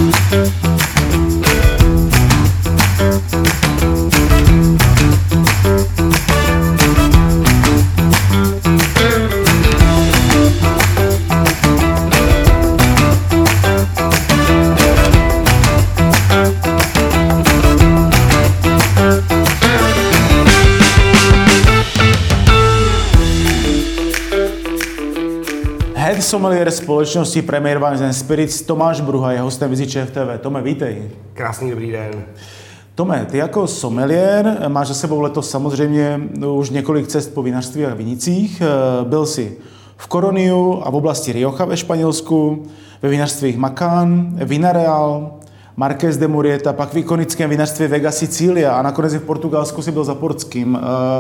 Sommelier společnosti Premier Wines and Spirits Tomáš Bruha je hostem Viziče TV. Tome, vítej. Krásný dobrý den. Tome, ty jako sommelier máš za sebou letos samozřejmě už několik cest po vinařství a vinicích. Byl jsi v Coroniu a v oblasti Rioja ve Španělsku, ve vinařstvích Macán, Vinareal, Marqués de Murieta, pak v ikonickém vinařství Vega Sicilia a nakonec i v Portugalsku si byl za Portským.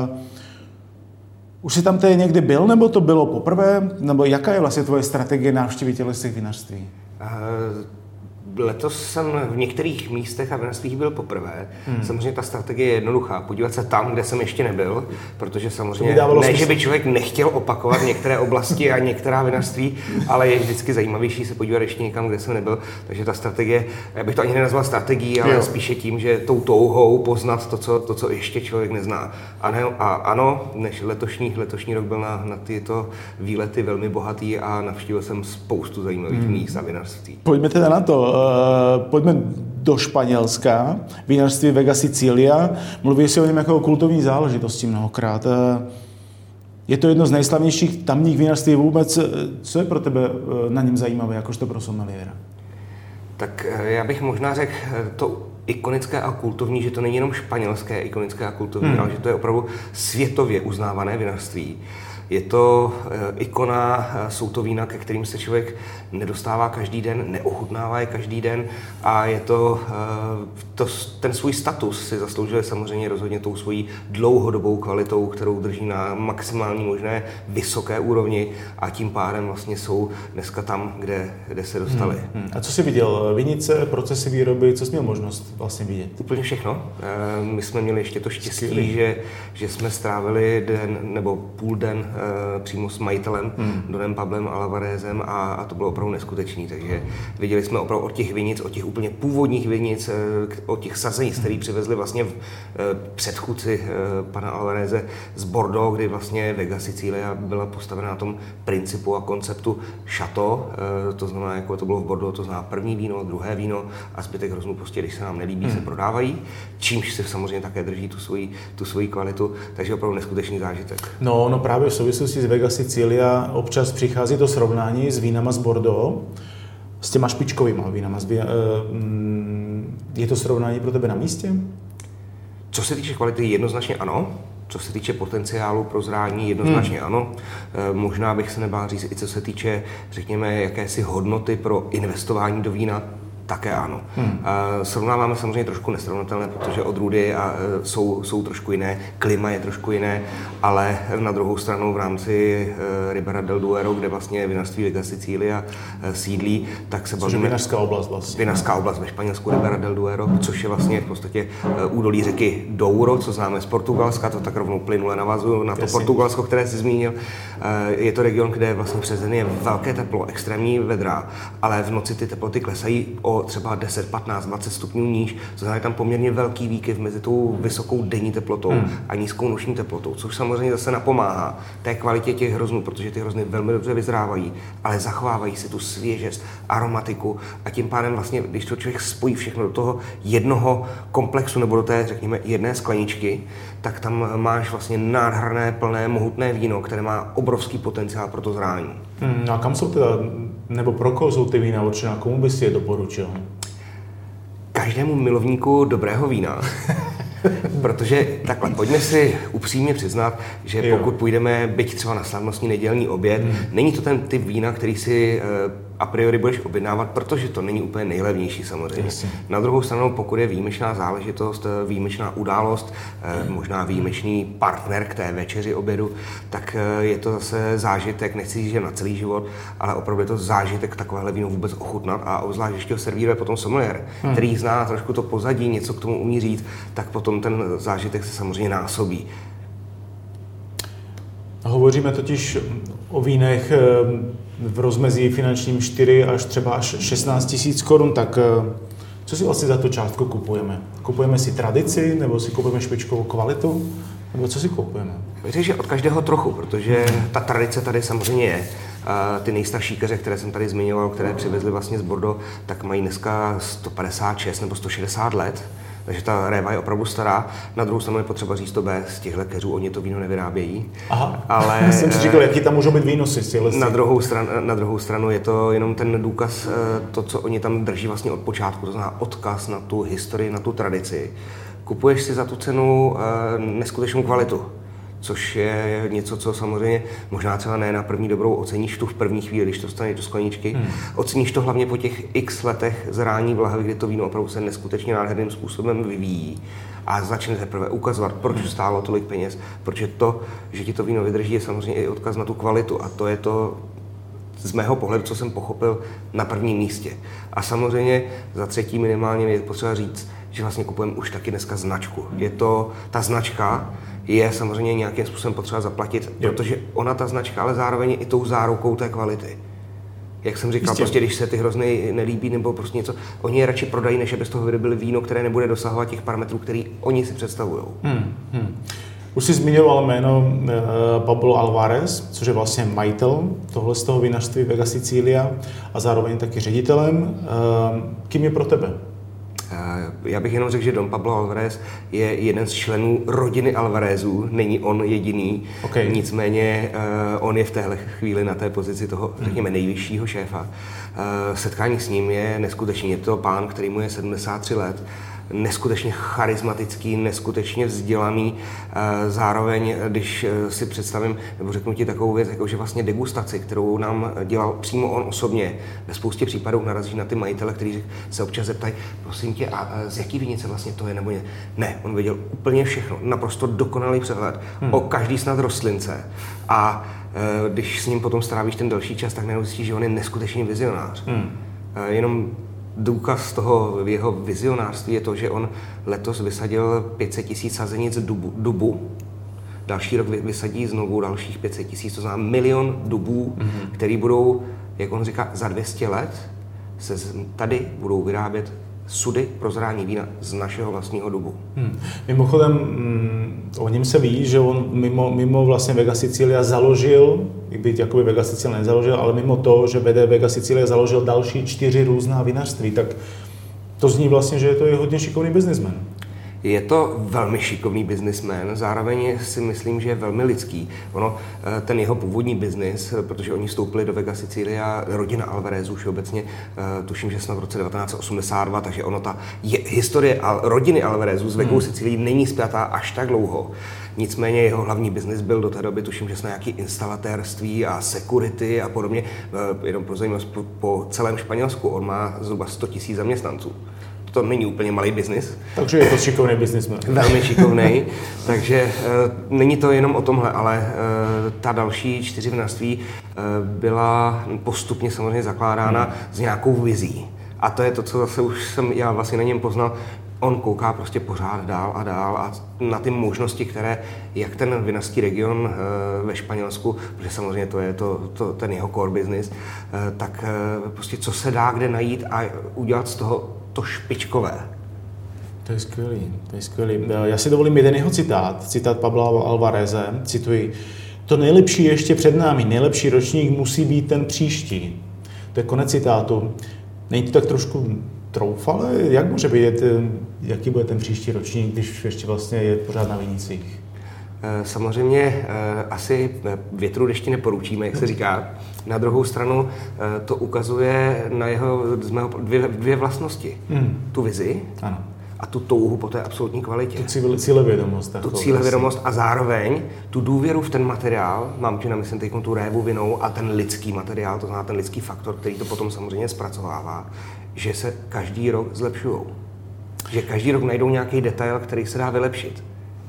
Už jsi tam tady někdy byl, nebo to bylo poprvé? Nebo jaká je vlastně tvoje strategie návštěvy těch vinařství? Letos jsem v některých místech a vinařstvích byl poprvé. Samozřejmě ta strategie je jednoduchá. Podívat se tam, kde jsem ještě nebyl, protože samozřejmě ne, že by člověk nechtěl opakovat některé oblasti a některá vinařství, ale je vždycky zajímavější se podívat ještě někam, kde jsem nebyl. Takže ta strategie, já bych to ani nenazval strategií, ale spíše tím, že tou touhou poznat to, co ještě člověk nezná. Ano, než letošní rok byl na tyto výlety velmi bohatý a navštívil jsem spoustu zajímavých míst a vinařství. Pojďme teda na to. Pojďme do Španělska, vinařství Vega Sicilia. Mluví se o něm jako o kultovní záležitosti mnohokrát. Je to jedno z nejslavnějších tamních vinařství vůbec. Co je pro tebe na něm zajímavé, jakožto pro sommeliéra? Tak já bych možná řekl to ikonické a kultovní, že to není jenom španělské ikonické a kultovní, ale že to je opravdu světově uznávané vinařství. Je to ikona, jsou to vína, ke kterým se člověk nedostává každý den, neochutnává je každý den a je ten svůj status si zasloužuje samozřejmě rozhodně tou svojí dlouhodobou kvalitou, kterou drží na maximální možné vysoké úrovni a tím pádem vlastně jsou dneska tam, kde se dostali. A co jsi viděl? Vinice, procesy výroby, co jsi měl možnost vlastně vidět? Úplně všechno. My jsme měli ještě to štěstí, že jsme strávili den nebo půl den přímo s majitelem Donem Pablem Alvarezem a to bylo opravdu neskutečný, takže viděli jsme opravdu od těch vinic, od těch úplně původních vinic, od těch sazenic, který přivezli vlastně předchůdci pana Alvareze z Bordeaux, kdy vlastně Vega Sicilia byla postavena na tom principu a konceptu chateau, to znamená, jako to bylo v Bordeaux, to znamená první víno, druhé víno a zbytek hroznů prostě, když se nám nelíbí, se prodávají, čímž se samozřejmě také drží tu svoji kvalitu, takže opravdu neskutečný zážitek. No právě v souvislosti s Vega Sicilia občas přichází to srovnání s vínama z Bordeaux, s těma špičkovýma vínama. Je to srovnání pro tebe na místě? Co se týče kvality, jednoznačně ano. Co se týče potenciálu pro zrání, jednoznačně ano. Možná bych se nebál říct i co se týče, řekněme, jakési hodnoty pro investování do vína, také ano. Srovnáváme samozřejmě trošku nesrovnatelné, protože odrůdy jsou trošku jiné, klima je trošku jiné, ale na druhou stranu v rámci Ribera del Duero, kde vlastně vinařství Vega Sicilia sídlí, tak se bavíme... Vinařská oblast vlastně. Vinařská oblast ve Španělsku, Ribera del Duero, což je vlastně v podstatě údolí řeky Douro, co známe z Portugalska, to tak rovnou plynule navazuju na to Portugalsko, které jsi zmínil. Je to region, kde vlastně přes den je velké teplo, extrémní vedra, ale v noci ty teploty klesají o třeba 10, 15, 20 stupňů níž, to znamená tam poměrně velký výkyv mezi tou vysokou denní teplotou a nízkou noční teplotou, což samozřejmě zase napomáhá té kvalitě těch hroznů, protože ty hrozny velmi dobře vyzrávají, ale zachovávají si tu svěžest, aromatiku a tím pádem vlastně, když to člověk spojí všechno do toho jednoho komplexu nebo do té, řekněme, jedné skleničky, tak tam máš vlastně nádherné, plné, mohutné víno, které má obrovský potenciál pro to zrání. A kam jsou teda, nebo pro koho jsou ty vína určená? Komu bys je doporučil? Každému milovníku dobrého vína. Protože takhle, pojďme si upřímně přiznat, že pokud půjdeme byť třeba na slavnostní nedělní oběd, není to ten typ vína, který si a priori budeš objednávat, protože to není úplně nejlevnější samozřejmě. Jasně. Na druhou stranu, pokud je výjimečná záležitost, výjimečná událost, možná výjimečný partner k té večeři obědu, tak je to zase zážitek, nechci říct, že na celý život, ale opravdu je to zážitek takovéhle víno vůbec ochutnat a obzvlášť, když ho servíruje potom sommelier, který zná trošku to pozadí, něco k tomu umí říct, tak potom ten zážitek se samozřejmě násobí. Hovoříme totiž o vínech v rozmezí finančním 4 až třeba až 16 tisíc korun, tak co si vlastně za tu částku kupujeme? Kupujeme si tradici, nebo si kupujeme špičkovou kvalitu, nebo co si kupujeme? Myslím, že od každého trochu, protože ta tradice tady samozřejmě je. Ty nejstarší keře, které jsem tady zmiňoval, které přivezli vlastně z Bordeaux, tak mají dneska 156 nebo 160 let. Takže ta réva je opravdu stará. Na druhou stranu je potřeba říct to B, z těchto keřů oni to víno nevyrábějí. Aha, ale já jsem si říkal, jaký tam můžou být výnosy z těchto. Na druhou stranu je to jenom ten důkaz, to, co oni tam drží vlastně od počátku, to znamená odkaz na tu historii, na tu tradici. Kupuješ si za tu cenu neskutečnou kvalitu, což je něco, co samozřejmě možná třeba ne na první dobrou oceníš tu v první chvíli, když to stane do skleničky. Oceníš to hlavně po těch x letech zrání v lahvi, kdy to víno opravdu se neskutečně nádherným způsobem vyvíjí a začne teprve ukazovat, proč stálo tolik peněz, protože to, že ti to víno vydrží, je samozřejmě i odkaz na tu kvalitu a to je to, z mého pohledu, co jsem pochopil, na prvním místě. A samozřejmě za třetí minimálně je potřeba říct, že vlastně kupujeme už taky dneska značku. Je to, ta značka je samozřejmě nějakým způsobem potřeba zaplatit, protože ona ta značka, ale zároveň i tou zárukou té kvality. Jak jsem říkal, prostě když se ty hrozny nelíbí nebo prostě něco, oni je radši prodají, než aby z toho vyrobili víno, které nebude dosahovat těch parametrů, který oni si představují. Už jsi zmiňoval jméno Pablo Alvarez, což je vlastně majitel tohle z toho vinařství Vega Sicilia a zároveň taky ředitelem. Kým je pro tebe? Já bych jenom řekl, že Don Pablo Alvarez je jeden z členů rodiny Alvarezů, není on jediný, nicméně on je v téhle chvíli na té pozici toho, řekněme, nejvyššího šéfa. Setkání s ním je neskutečný, je to pán, který mu je 73 let, neskutečně charismatický, neskutečně vzdělaný, zároveň, když si představím, nebo řeknu ti takovou věc, jako že vlastně degustaci, kterou nám dělal přímo on osobně, ve spoustě případů narazí na ty majitele, kteří se občas zeptají, prosím tě, a z jaký vinice vlastně to je, nebo ne, on věděl úplně všechno, naprosto dokonalý přehled o každý snad rostlince a když s ním potom strávíš ten další čas, tak najednou zjistíš, že on je neskutečný vizionář. Jenom důkaz toho jeho vizionářství je to, že on letos vysadil 500 000 sazenic dubu. Další rok vysadí znovu dalších 500 000, to znamená 1 000 000 dubů, který budou, jak on říká, za 200 let se tady budou vyrábět sudy pro zrání vína z našeho vlastního dubu. Mimochodem, o něm se ví, že on mimo vlastně Vega Sicilia založil, i byť jakoby Vega Sicilia nezaložil, ale mimo to, že vede Vega Sicilia, založil další 4 různá vinařství, tak to zní vlastně, že je to hodně šikovný biznismen. Je to velmi šikovný biznismen, zároveň si myslím, že je velmi lidský. Ono, ten jeho původní biznis, protože oni vstoupili do Vega Sicilia, rodina Alvarezů všeobecně, tuším, že snad v roce 1982, takže ono ta historie rodiny Alvarezů s Vegou Sicilii není spjatá až tak dlouho. Nicméně jeho hlavní biznis byl do té doby, tuším, že snad nějaký instalatérství a security a podobně. Jenom pro zajímavost, po celém Španělsku on má zhruba 100 000 zaměstnanců. To není úplně malý biznis. Takže je to šikovný biznismen. Velmi šikovný, takže není to jenom o tomhle, ale ta další 4 vinařství byla postupně samozřejmě zakládána s nějakou vizí. A to je to, co zase už jsem já vlastně na něm poznal. On kouká prostě pořád dál a na ty možnosti, které, jak ten vinařský region ve Španělsku, protože samozřejmě to je ten jeho core business, tak prostě co se dá kde najít a udělat z toho to špičkové. To je skvělý. Já si dovolím jeden jeho citát Pabla Alvareze, cituji: to nejlepší je ještě před námi, nejlepší ročník musí být ten příští. To je konec citátu. Není to tak trošku troufale? Jak může být, jaký bude ten příští ročník, když ještě vlastně je pořád na vinicích? Samozřejmě asi větru dešti neporučíme, jak se říká. Na druhou stranu to ukazuje na jeho dvě vlastnosti. Tu vizi a tu touhu po té absolutní kvalitě. Tu cílevědomost. Tu cílevědomost a zároveň tu důvěru v ten materiál, mám tě na mysli teď tu révu vinou a ten lidský materiál, to znamená ten lidský faktor, který to potom samozřejmě zpracovává, že se každý rok zlepšujou. Že každý rok najdou nějaký detail, který se dá vylepšit.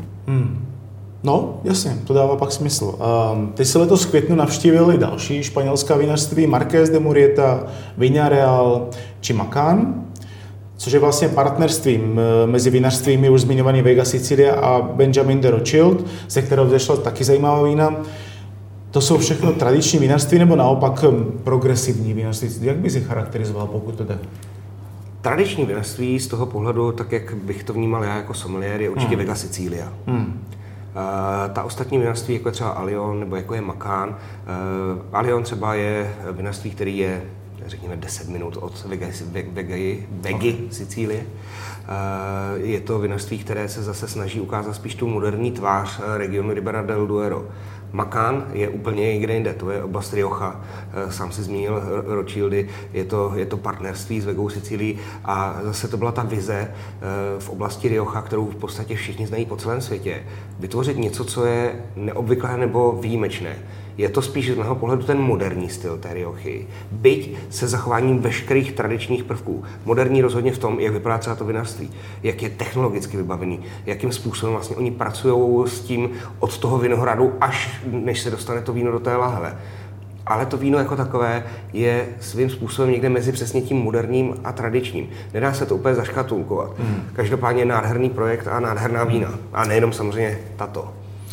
No, jasně, to dává pak smysl. Ty jsi letos v květnu navštívil i další španělská vinařství, Marqués de Murieta, Viñareal či Macán, což je vlastně partnerstvím mezi vinařstvími už zmiňovaný Vega Sicilia a Benjamin de Rothschild, ze kterého vzešla taky zajímavá vína. To jsou všechno tradiční vinařství nebo naopak progresivní vinařství? Jak bys je charakterizoval, pokud to jde? Tradiční vinařství z toho pohledu, tak jak bych to vnímal já jako sommelier, je určitě Vega Sicilia. Ta ostatní vinařství, jako je třeba Allion nebo jako je Macán. Allion třeba je vinařství, který je, řekněme, 10 minut od Vegy Sicílie. Je to vinařství, které se zase snaží ukázat spíš tu moderní tvář regionu Ribera del Duero. Macán je úplně někde jinde, to je oblast Rioja, sám si zmínil Rothschildy, je to partnerství s Vegou Sicílií a zase to byla ta vize v oblasti Rioja, kterou v podstatě všichni znají po celém světě. Vytvořit něco, co je neobvyklé nebo výjimečné. Je to spíš z mého pohledu ten moderní styl té Riochy, byť se zachováním veškerých tradičních prvků. Moderní rozhodně v tom, jak vypadá třeba to vinařství, jak je technologicky vybavený, jakým způsobem vlastně oni pracují s tím od toho vinohradu, až než se dostane to víno do té lahve. Ale to víno jako takové je svým způsobem někde mezi přesně tím moderním a tradičním. Nedá se to úplně zaškatulkovat. Každopádně nádherný projekt a nádherná vína. A nejenom samozřejmě tato.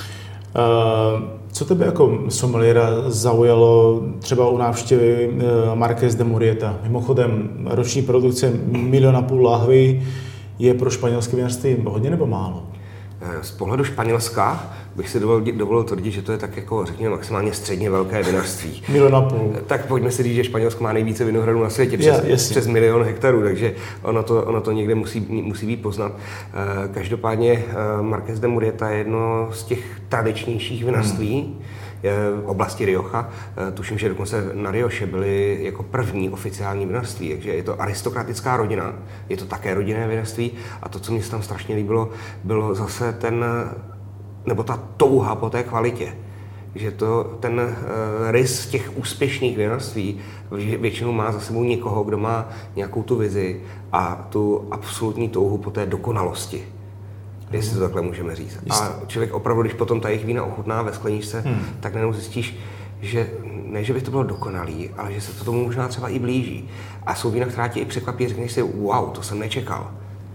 Co tebe jako sommeliéra zaujalo třeba u návštěvy Marqués de Murieta? Mimochodem, roční produkce 1,5 milionu lahví je pro španělské vinařství hodně nebo málo? Z pohledu Španělska bych si dovolil tvrdit, že to je tak jako, řekněme, maximálně středně velké vinařství. 1,5 milionu. Tak pojďme si říct, že Španělsko má nejvíce vinohradů na světě, přes 1 milion hektarů, takže ono to někde musí být poznat. Každopádně Marqués de Murieta je jedno z těch tradičnějších vinařství v oblasti Rioja. Tuším, že dokonce na Rioše byly jako první oficiální vinařství, takže je to aristokratická rodina, je to také rodinné vinařství a to, co mě se tam strašně líbilo, bylo zase ta touha po té kvalitě. Že ten rys těch úspěšných vinařství většinou má za sebou někoho, kdo má nějakou tu vizi a tu absolutní touhu po té dokonalosti. Jestli to takhle můžeme říct. A člověk opravdu, když potom ta jejich vína ochutná ve skleničce, tak najednou zjistíš, že ne, že by to bylo dokonalý, ale že se to tomu možná třeba i blíží. A jsou vína, která tě i překvapí, řekneš si, wow, to jsem nečekal.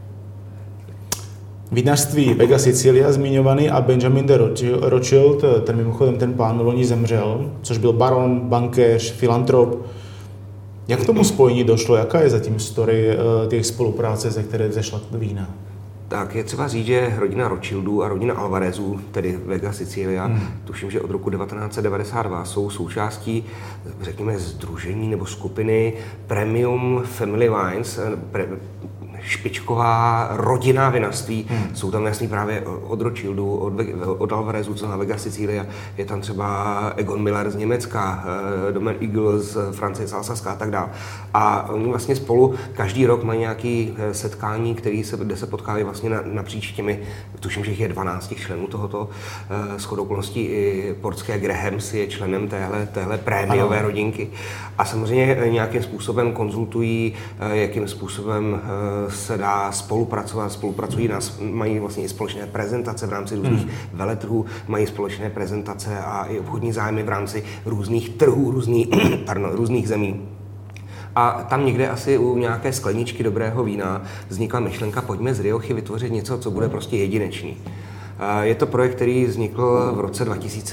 Vinařství Vega Sicilia zmiňovaný a Benjamin de Rothschild, ten pán loni zemřel, což byl baron, bankéř, filantrop. Jak k tomu spojení došlo? Jaká je zatím story těch spolupráce, ze které vzešla vína? Tak je třeba říct, že rodina Rothschildů a rodina Alvarezů, tedy Vega Sicilia, tuším, že od roku 1992 jsou součástí, řekněme, sdružení nebo skupiny Premium Family Wines, špičková rodinná vinařství. Jsou tam jasný právě od Rothschildů, od Alvarezů, co na Vega Sicilia. Je tam třeba Egon Miller z Německa, Domaine Eagle z Francie, z Alsaska a tak dále. A oni vlastně spolu každý rok mají nějaké setkání, kde se potkávají vlastně napříč těmi, tuším, že jich je 12 členů tohoto. Shodou okolností i portské Grahams je členem téhle prémiové rodinky. A samozřejmě nějakým způsobem konzultují, jakým způsobem se dá spolupracují, mají vlastně i společné prezentace v rámci různých veletrhů, mají společné prezentace a i obchodní zájmy v rámci různých trhů, různých zemí. A tam někde asi u nějaké skleničky dobrého vína vznikla myšlenka, pojďme z Riochy vytvořit něco, co bude prostě jedinečný. Je to projekt, který vznikl v roce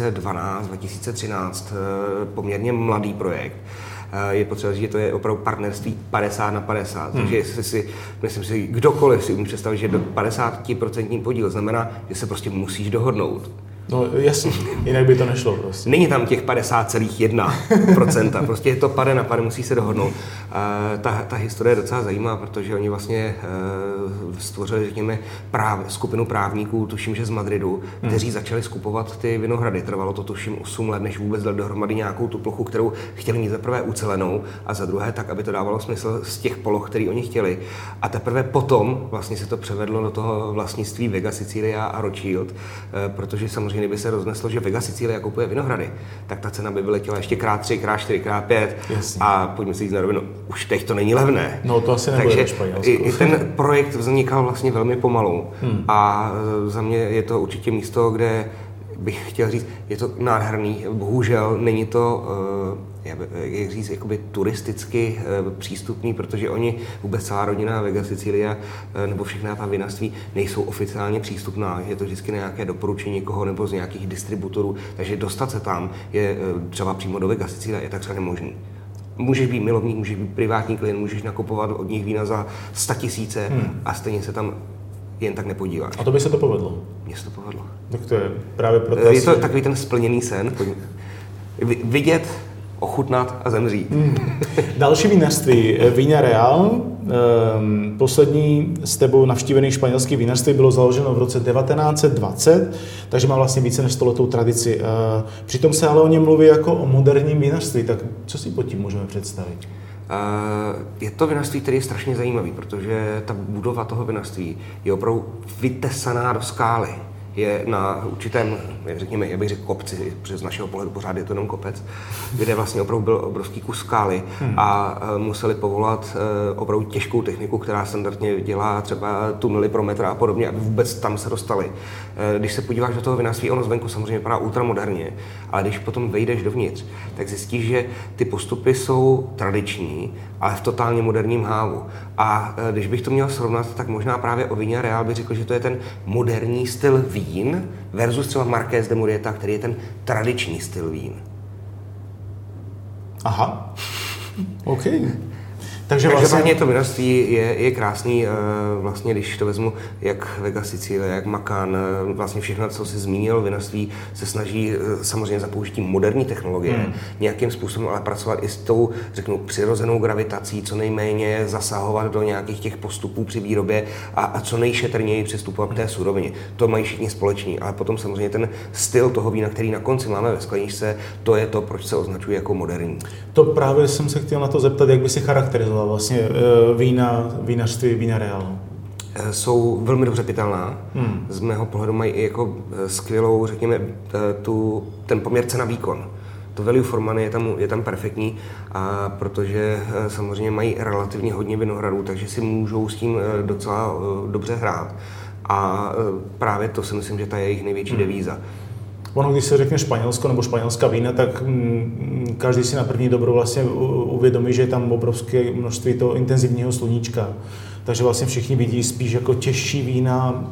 2012-2013, poměrně mladý projekt. Je potřeba říct, že to je opravdu partnerství 50/50. Takže myslím si, kdokoliv si umí představit, že do 50% podíl znamená, že se prostě musíš dohodnout. No jasně, jinak by to nešlo prostě. Není tam těch 50,1%, prostě je to pade na pade, musí se dohodnout. Ta historie je docela zajímavá, protože oni vlastně stvořili, řekněme, skupinu právníků, tuším, že z Madridu, kteří začali skupovat ty vinohrady. Trvalo to tuším 8 let, než vůbec dali dohromady nějakou tu plochu, kterou chtěli mít za prvé ucelenou a za druhé tak, aby to dávalo smysl z těch poloh, které oni chtěli. A teprve potom vlastně se to převedlo do toho vlastnictví Vega Sicilia a Rothschild, protože samozřejmě kdyby se rozneslo, že Vega Sicilia kupuje vinohrady, tak ta cena by vyletěla ještě x3, x4, x5 a pojďme si jít na rovinu, už teď to není levné. No to asi nebude ve Španělsku. I ten projekt vznikal vlastně velmi pomalu a za mě je to určitě místo, kde bych chtěl říct, je to nádherný, bohužel není to jak říct, jakoby turisticky přístupný, protože oni vůbec celá rodina Vega Sicilia nebo všechna ta vinařství nejsou oficiálně přístupná. Je to vždycky nějaké doporučení někoho nebo z nějakých distributorů, takže dostat se tam je třeba přímo do Vega Sicilia je takřka nemožný. Můžeš být milovník, můžeš být privátní klient, můžeš nakupovat od nich vína za 100 000 a stejně se tam jen tak nepodíváš. A to by se to povedlo? Mně se to povedlo. Tak to je právě proto... Je to takový ten splněný sen. Vidět, ochutnat a zemřít. Další vinařství, Viña Real. Poslední s tebou navštívený španělský vinařství bylo založeno v roce 1920, takže má vlastně více než 100letou tradici. Přitom se ale o něm mluví jako o moderním vinařství, tak co si pod tím můžeme představit? Je to vinařství, který je strašně zajímavý, protože ta budova toho vinařství je opravdu vytesaná do skály. Je na určitém, řekněme, já bych řekl kopci, protože z našeho pohledu pořád je to jenom kopec, kde vlastně opravdu byl obrovský kus skály a museli povolat opravdu těžkou techniku, která standardně dělá třeba tunely pro metr a podobně, aby vůbec tam se dostali. Když se podíváš do toho vinařství, ono zvenku samozřejmě vypadá ultramoderně, ale když potom vejdeš dovnitř, tak zjistíš, že ty postupy jsou tradiční, ale v totálně moderním hávu. A když bych to měl srovnat, tak možná právě o Viña Real bych řekl, že to je ten moderní styl vín versus třeba Marqués de Murieta, který je ten tradiční styl vín. Aha, OK. Takže vlastně to vinařství je krásný, vlastně když to vezmu, jak Vega Sicilia, jak Macán, vlastně všechno, co jsi zmínil, vinařství se snaží samozřejmě za použitím moderní technologie nějakým způsobem, ale pracovat i s tou, řeknu, přirozenou gravitací, co nejméně zasahovat do nějakých těch postupů při výrobě a co nejšetrněji přistupovat k té surovině. To mají všichni společný, ale potom samozřejmě ten styl toho vína, který na konci máme ve skleničce, to je to, proč se označuje jako moderní. To právě jsem se chtěl na to zeptat, jak by si charakterizoval vlastně vinařství Viña Real. Jsou velmi dobře pitelná. Z mého pohledu mají i jako skvělou, řekněme, ten poměr cena-výkon. To value for money je tam perfektní, a protože samozřejmě mají relativně hodně vinohradů, takže si můžou s tím docela dobře hrát. A právě to si myslím, že ta je jejich největší devíza. Ono, když se řekne Španělsko nebo španělská vína, tak každý si na první dobro vlastně uvědomí, že je tam obrovské množství toho intenzivního sluníčka. Takže vlastně všichni vidí spíš jako těžší vína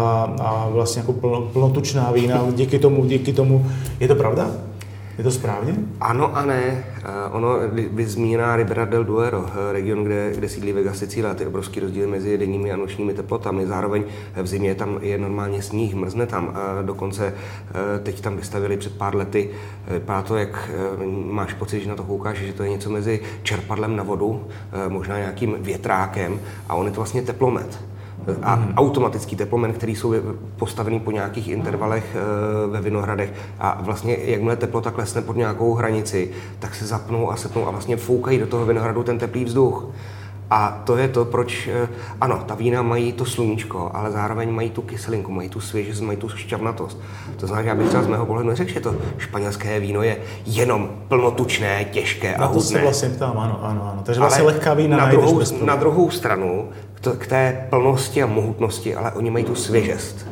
a vlastně jako plnotučná vína. Díky tomu, je to pravda? Je to správně? Ano a ne. Ono zmíněná Ribera del Duero, region, kde sídlí Vega Sicilia, ty obrovský rozdíly mezi denními a nočními teplotami. Zároveň v zimě tam je normálně sníh, mrzne tam. Dokonce teď tam vystavili před pár lety. Vypadá to, jak máš pocit, že na to koukáš, že to je něco mezi čerpadlem na vodu, možná nějakým větrákem, a on je to vlastně teplomet. A automatický teplomen, který jsou postavený po nějakých intervalech ve vinohradech, a vlastně jakmile teplota klesne pod nějakou hranici, tak se zapnou a sepnou a vlastně foukají do toho vinohradu ten teplý vzduch. A to je to, proč, ano, ta vína mají to sluníčko, ale zároveň mají tu kyselinku, mají tu svěžost, mají tu šťavnatost. To znamená, že já bych třeba z mého pohledu neřekl, že to španělské víno je jenom plnotučné, těžké a hutné. Na to se vlastně ptám, ano. Takže vlastně lehká vína najdeš bez problémů. Na druhou stranu, k té plnosti a mohutnosti, ale oni mají tu svěžest.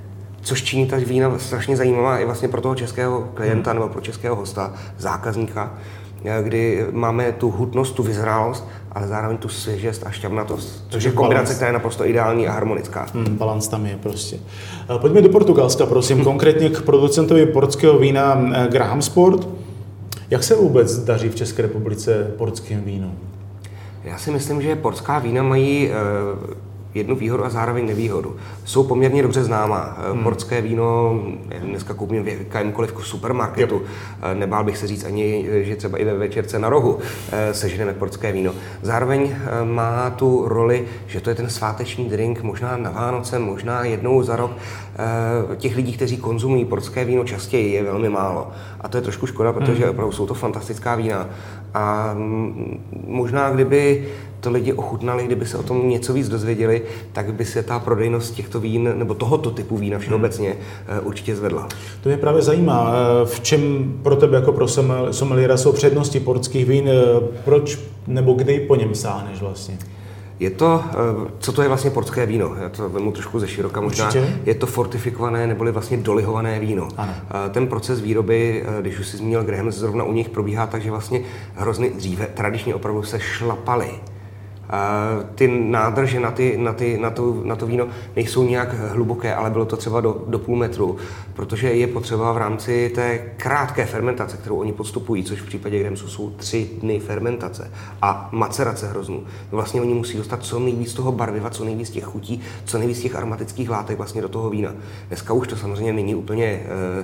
Což činí ta vína strašně zajímavá i vlastně pro toho českého klienta nebo pro českého hosta, zákazníka, kdy máme tu hutnost, tu vyzrálost, ale zároveň tu svěžest a šťavnatost, což je kombinace, která je naprosto ideální a harmonická. Balans tam je prostě. Pojďme do Portugalska, prosím, konkrétně k producentovi portského vína Graham Sport. Jak se vůbec daří v České republice portským vínům? Já si myslím, že portská vína mají jednu výhodu a zároveň nevýhodu. Jsou poměrně dobře známá. Portské víno dneska koupím v jakémkoliv supermarketu. Nebál bych se říct ani, že třeba i ve večerce na rohu sežneme portské víno. Zároveň má tu roli, že to je ten sváteční drink, možná na Vánoce, možná jednou za rok. Těch lidí, kteří konzumují portské víno častěji, je velmi málo. A to je trošku škoda, protože opravdu jsou to fantastická vína. A možná, kdyby to lidi ochutnali, kdyby se o tom něco víc dozvěděli, tak by se ta prodejnost těchto vín, nebo tohoto typu vína všeobecně určitě zvedla. To mě právě zajímá, v čem pro tebe jako pro sommeliéra jsou přednosti portských vín, proč nebo kdy po něm sáhneš vlastně? Co to je vlastně portské víno? Já to vemu trošku ze široka možná. Určitě. Je to fortifikované neboli vlastně dolihované víno. Ano. Ten proces výroby, když už si zmínil Grahams, zrovna u nich probíhá tak, že vlastně hrozně dříve tradičně opravdu se šlapaly. Ty nádrže na to víno nejsou nějak hluboké, ale bylo to třeba do půl metru, protože je potřeba v rámci té krátké fermentace, kterou oni podstupují, což v případě Grahamsu jsou 3 dny fermentace a macerace hroznů. Vlastně oni musí dostat co nejvíc toho barviva, co nejvíc těch chutí, co nejvíc těch aromatických látek vlastně do toho vína. Dneska už to samozřejmě není úplně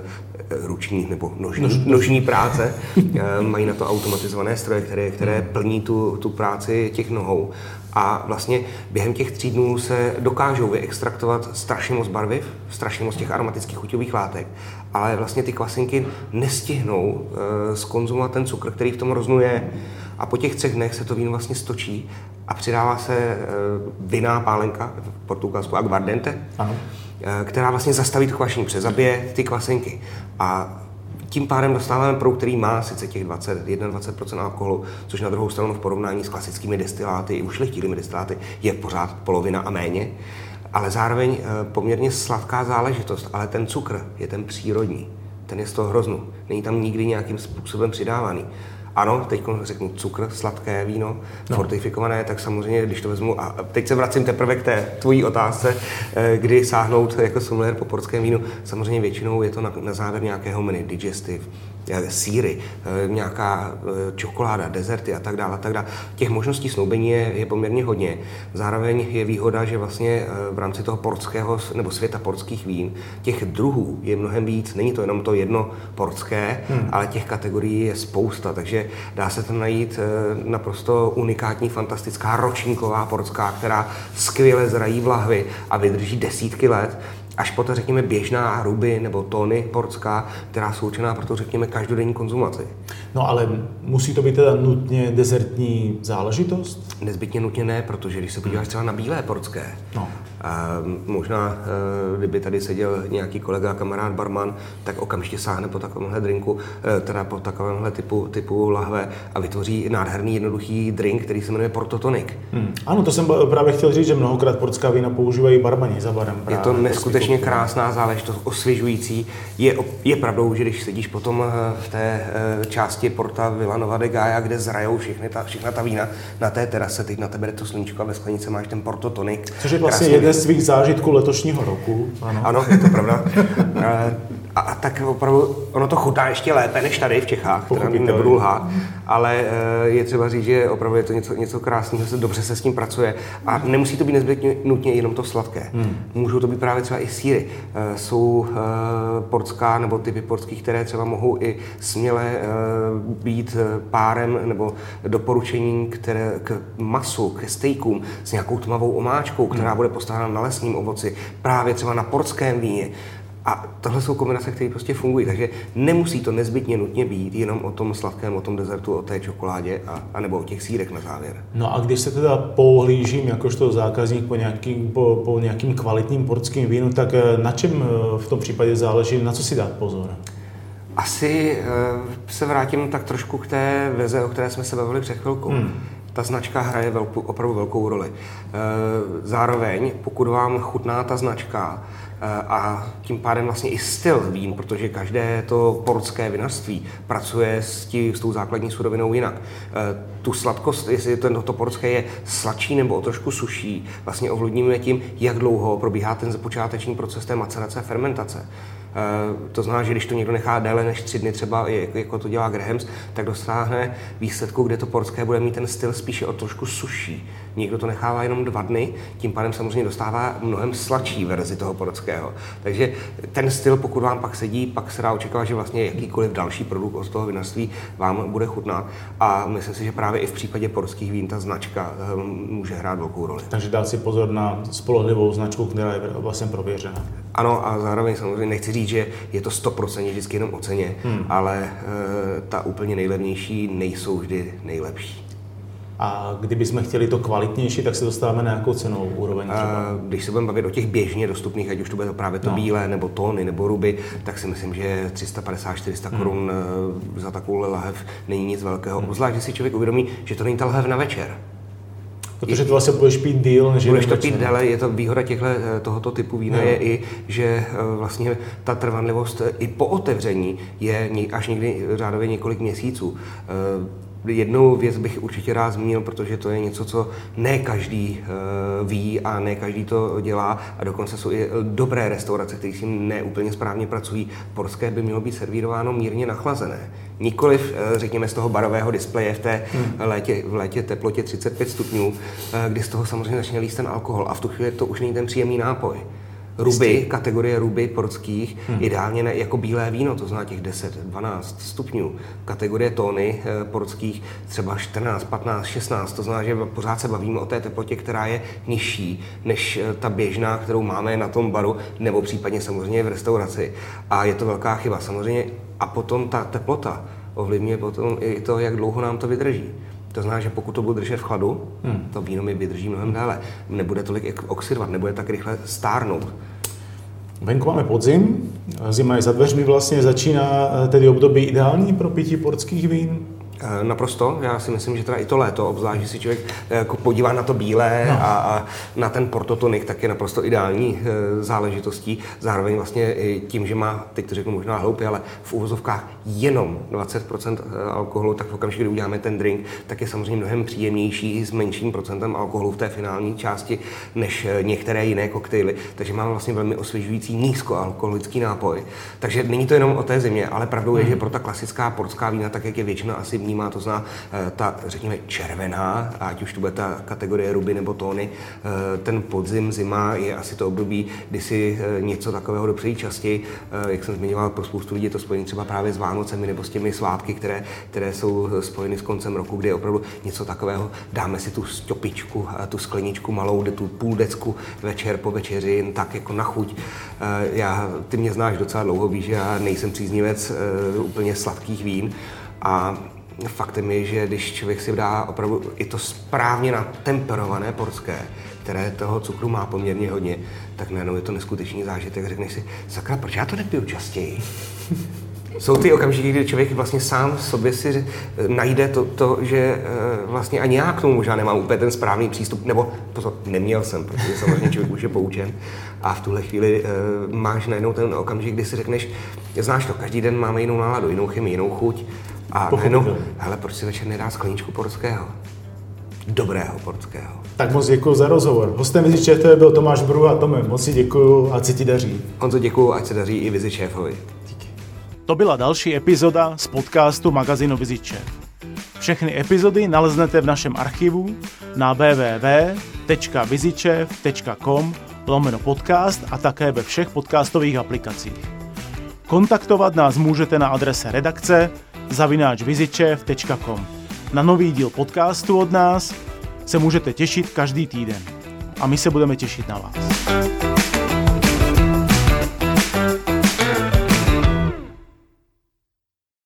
ruční nebo nožní práce. Mají na to automatizované stroje, které plní tu práci těch nohou. A vlastně během těch 3 dnů se dokážou vyextraktovat strašně moc barviv, strašně moc těch aromatických chuťových látek, ale vlastně ty kvasinky nestihnou zkonzumovat ten cukr, který v tom hroznu je. A po těch 3 dnech se to víno vlastně stočí a přidává se vinná pálenka v Portugalsku aguardente, ano, která vlastně zastaví to kvašení, přezabije ty kvasinky. A tím pádem dostáváme proud, který má sice těch 21% alkoholu, což na druhou stranu v porovnání s klasickými destiláty i ušlechtilými destiláty je pořád polovina a méně, ale zároveň poměrně sladká záležitost, ale ten cukr je ten přírodní, ten je z toho hroznu, není tam nikdy nějakým způsobem přidávaný. Ano, teď řeknu cukr, sladké víno, fortifikované, tak samozřejmě, když to vezmu, a teď se vracím teprve k té tvojí otázce, kdy sáhnout jako sommelier po portském vínu, samozřejmě většinou je to na závěr nějakého menu, digestive, sýry, nějaká čokoláda, dezerty a tak dále, a tak dále. Těch možností snoubení je poměrně hodně. Zároveň je výhoda, že vlastně v rámci toho portského nebo světa portských vín těch druhů je mnohem víc. Není to jenom to jedno portské, ale těch kategorií je spousta, takže dá se tam najít naprosto unikátní, fantastická ročníková portská, která skvěle zrají v lahvi a vydrží desítky let, až po to, řekněme, běžná ruby nebo tóny portská, která jsou určená pro to, řekněme, každodenní konzumaci. No ale musí to být teda nutně dezertní záležitost? Nezbytně nutně ne, protože když se podíváš třeba na bílé portské, možná, kdyby tady seděl nějaký kolega, kamarád, barman, tak okamžitě sáhne po takovémhle drinku, teda po takovémhle typu lahve a vytvoří nádherný, jednoduchý drink, který se jmenuje Porto Tonic. Ano, to jsem právě chtěl říct, že mnohokrát portská vína používají barmani za barem. Je to neskutečně krásná záležitost, osvěžující. Je pravdou, že když sedíš potom v té části Porta Villanova de Gaia, kde zrajou všechna ta vína na té terase, teď na tebe jde to sluníčko a ve sklenici máš ten Porto Tonic. Což je vlastně jeden z svých zážitků letošního roku. Ano, je to pravda. A tak opravdu ono to chutná ještě lépe než tady v Čechách, teda nebudu lhát, ale je třeba říct, že opravdu je to něco krásného, dobře se s tím pracuje a nemusí to být nezbytně nutně jenom to sladké. Můžou to být právě třeba i sýry. Jsou portská nebo typy portských, které třeba mohou i směle být párem nebo doporučením k masu, ke stejkům s nějakou tmavou omáčkou, která bude postavena na lesním ovoci, právě třeba na portském víně. A tohle jsou kombinace, které prostě fungují, takže nemusí to nezbytně nutně být jenom o tom sladkém, o tom dezertu, o té čokoládě a nebo o těch sýrech na závěr. No a když se teda pohlížím jakožto zákazník po nějakým kvalitním portským vínu, tak na čem v tom případě záleží, na co si dát pozor? Asi se vrátím tak trošku k té veze, o které jsme se bavili před chvilkou. Ta značka hraje opravdu velkou roli. Zároveň, pokud vám chutná ta značka a tím pádem vlastně i styl vín, protože každé to portské vinařství pracuje s tou základní surovinou jinak. Tu sladkost, jestli to portské je sladší nebo o trošku suší, vlastně ovlivníme tím, jak dlouho probíhá ten počáteční proces té macerace a fermentace. To znamená, že když to někdo nechá déle než 3 dny, třeba jako to dělá Grahams, tak dosáhne výsledku, kde to portské bude mít ten styl spíše o trošku suší. Někdo to nechává jenom 2 dny, tím pádem samozřejmě dostává mnohem sladší verzi toho portského. Takže ten styl, pokud vám pak sedí, pak se dá očekávat, že vlastně jakýkoliv další produkt od toho vinařství vám bude chutnat. A myslím si, že právě i v případě portských vín ta značka může hrát velkou roli. Takže dát si pozor na spolehlivou značku, která je vlastně prověřená. Ano, a zároveň samozřejmě nechci říct, že je to 100% vždycky jenom o ceně, ale ta úplně nejlevnější nejsou vždy nejlepší. A kdybychom chtěli to kvalitnější, tak se dostáváme na nějakou cenovou úroveň třeba? Když se budeme bavit o těch běžně dostupných, ať už to bude právě to bílé, nebo tóny, nebo ruby, tak si myslím, že 350-400 korun za takovou lahev není nic velkého. Obzvlášť, když si člověk uvědomí, že to není ta lahev na večer. Protože to vlastně budeš pít díl, než budeš to pít déle, je to výhoda tohoto typu vína je i, že vlastně ta trvanlivost i po otevření je až někdy řádově několik měsíců. Jednu věc bych určitě rád zmínil, protože to je něco, co ne každý ví a ne každý to dělá a dokonce jsou i dobré restaurace, které si neúplně správně pracují. Portské by mělo být servírováno mírně nachlazené. Nikoliv, řekněme, z toho barového displeje v létě teplotě 35 stupňů, kdy z toho samozřejmě začne líst ten alkohol a v tu chvíli to už není ten příjemný nápoj. Ruby, kategorie ruby portských, ideálně jako bílé víno, to znamená těch 10-12 stupňů. Kategorie tóny portských třeba 14, 15, 16, to znamená, že pořád se bavíme o té teplotě, která je nižší než ta běžná, kterou máme na tom baru, nebo případně samozřejmě v restauraci. A je to velká chyba samozřejmě. A potom ta teplota ovlivňuje potom i to, jak dlouho nám to vydrží. To znamená, že pokud to bude držet v chladu, to víno mi vydrží mnohem déle. Nebude tolik oxidovat, nebude tak rychle stárnout. Venku máme podzim, zima je za dveřmi, vlastně začíná tedy období ideální pro pití portských vín. Naprosto. Já si myslím, že teda i to léto, obzvlášť, že si člověk jako podívá na to bílé a na ten portotonik, tak je naprosto ideální záležitostí. Zároveň vlastně tím, že má, teď to řeknu možná hloupě, ale v uvozovkách jenom 20% alkoholu, tak v okamžiku, kdy uděláme ten drink, tak je samozřejmě mnohem příjemnější s menším procentem alkoholu v té finální části než některé jiné koktejly. Takže máme vlastně velmi osvěžující nízkoalkoholický nápoj. Takže není to jenom o té zimě, ale pravdou je, že pro ta klasická portská vína, tak jak je většina asi vnímá, to znamená ta, řekněme, červená, ať už to bude ta kategorie ruby nebo tóny, ten podzim, zima je asi to období, kdy si něco takového dopřejí častěji. Jak jsem zmiňoval, pro spoustu lidí je to spojené třeba právě s Vánocemi nebo s těmi svátky, které jsou spojeny s koncem roku, kdy je opravdu něco takového, dáme si tu šťopičku, tu skleničku malou, tu půl decku večer po večeři, jen tak jako na chuť. Ty mě znáš docela dlouho, víš, že já nejsem příznivec úplně sladkých vín a faktem je, že když člověk si dá opravdu i to správně natemperované portské, které toho cukru má poměrně hodně, tak najednou je to neskutečný zážitek. Řekneš si, sakra, proč já to nepiju častěji? Jsou ty okamžiky, kdy člověk vlastně sám sobě si najde to, že vlastně ani já k tomu možná nemám úplně ten správný přístup, nebo pozor, neměl jsem, protože samozřejmě člověk už je poučen a v tuhle chvíli máš najednou ten okamžik, kdy si řekneš, znáš to, každý den máme jinou náladu, jinou chemii, jinou chuť a najednou, hele, proč si večer nedá skleničku portského? Dobrého portského. Tak moc děkuji za rozhovor. Hostem Vizi ČT byl Tomáš Bruha. Tome, moc si děkuji, ať se ti daří. Honzo, děkuji, ať se daří i Vizi šéfovi. To byla další epizoda z podcastu magazínu Vizi ČT. Všechny epizody naleznete v našem archivu na www.vizičev.com/podcast a také ve všech podcastových aplikacích. Kontaktovat nás můžete na adrese redakce@vizičev.com. Na nový díl podcastu od nás se můžete těšit každý týden. A my se budeme těšit na vás.